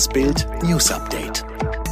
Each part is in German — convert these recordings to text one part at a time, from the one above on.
Das Bild News Update.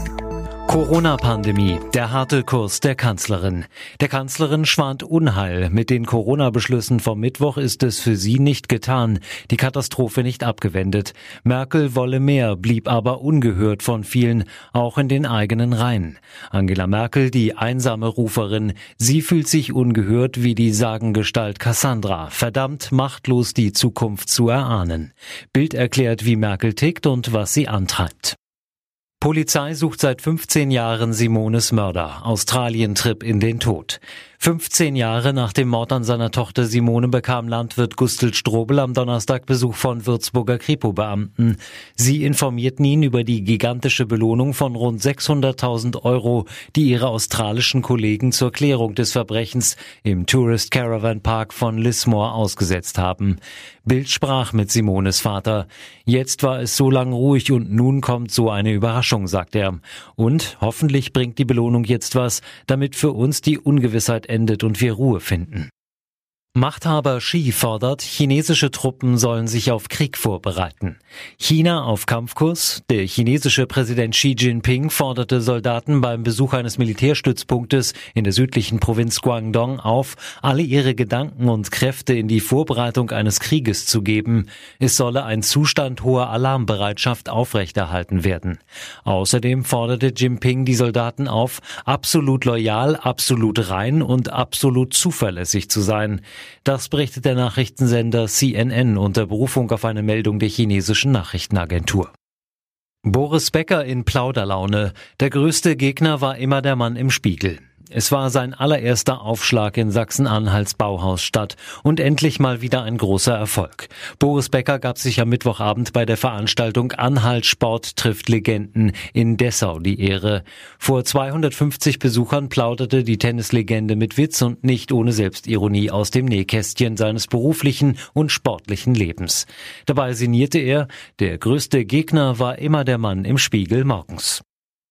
Corona-Pandemie, der harte Kurs der Kanzlerin. Der Kanzlerin schwant Unheil. Mit den Corona-Beschlüssen vom Mittwoch ist es für sie nicht getan, die Katastrophe nicht abgewendet. Merkel wolle mehr, blieb aber ungehört von vielen, auch in den eigenen Reihen. Angela Merkel, die einsame Ruferin, sie fühlt sich ungehört wie die Sagengestalt Cassandra, verdammt machtlos die Zukunft zu erahnen. Bild erklärt, wie Merkel tickt und was sie antreibt. Polizei sucht seit 15 Jahren Simones Mörder. Australien-Trip in den Tod. 15 Jahre nach dem Mord an seiner Tochter Simone bekam Landwirt Gustl Strobel am Donnerstag Besuch von Würzburger Kripo-Beamten. Sie informierten ihn über die gigantische Belohnung von rund 600.000 €, die ihre australischen Kollegen zur Klärung des Verbrechens im Tourist Caravan Park von Lismore ausgesetzt haben. Bild sprach mit Simones Vater. Jetzt war es so lang ruhig und nun kommt so eine Überraschung, sagt er. Und hoffentlich bringt die Belohnung jetzt was, damit für uns die Ungewissheit endet und wir Ruhe finden. Machthaber Xi fordert, chinesische Truppen sollen sich auf Krieg vorbereiten. China auf Kampfkurs? Der chinesische Präsident Xi Jinping forderte Soldaten beim Besuch eines Militärstützpunktes in der südlichen Provinz Guangdong auf, alle ihre Gedanken und Kräfte in die Vorbereitung eines Krieges zu geben. Es solle ein Zustand hoher Alarmbereitschaft aufrechterhalten werden. Außerdem forderte Jinping die Soldaten auf, absolut loyal, absolut rein und absolut zuverlässig zu sein. Das berichtet der Nachrichtensender CNN unter Berufung auf eine Meldung der chinesischen Nachrichtenagentur. Boris Becker in Plauderlaune. Der größte Gegner war immer der Mann im Spiegel. Es war sein allererster Aufschlag in Sachsen-Anhalts Bauhausstadt und endlich mal wieder ein großer Erfolg. Boris Becker gab sich am Mittwochabend bei der Veranstaltung Anhalt Sport trifft Legenden in Dessau die Ehre. Vor 250 Besuchern plauderte die Tennislegende mit Witz und nicht ohne Selbstironie aus dem Nähkästchen seines beruflichen und sportlichen Lebens. Dabei sinnierte er, der größte Gegner war immer der Mann im Spiegel morgens.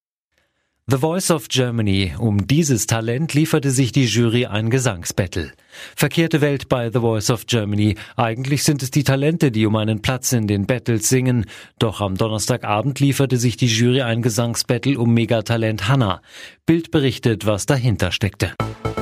The Voice of Germany. Um dieses Talent lieferte sich die Jury ein Gesangsbattle. Verkehrte Welt bei The Voice of Germany. Eigentlich sind es die Talente, die um einen Platz in den Battles singen. Doch am Donnerstagabend lieferte sich die Jury ein Gesangsbattle um Megatalent Hannah. Bild berichtet, was dahinter steckte.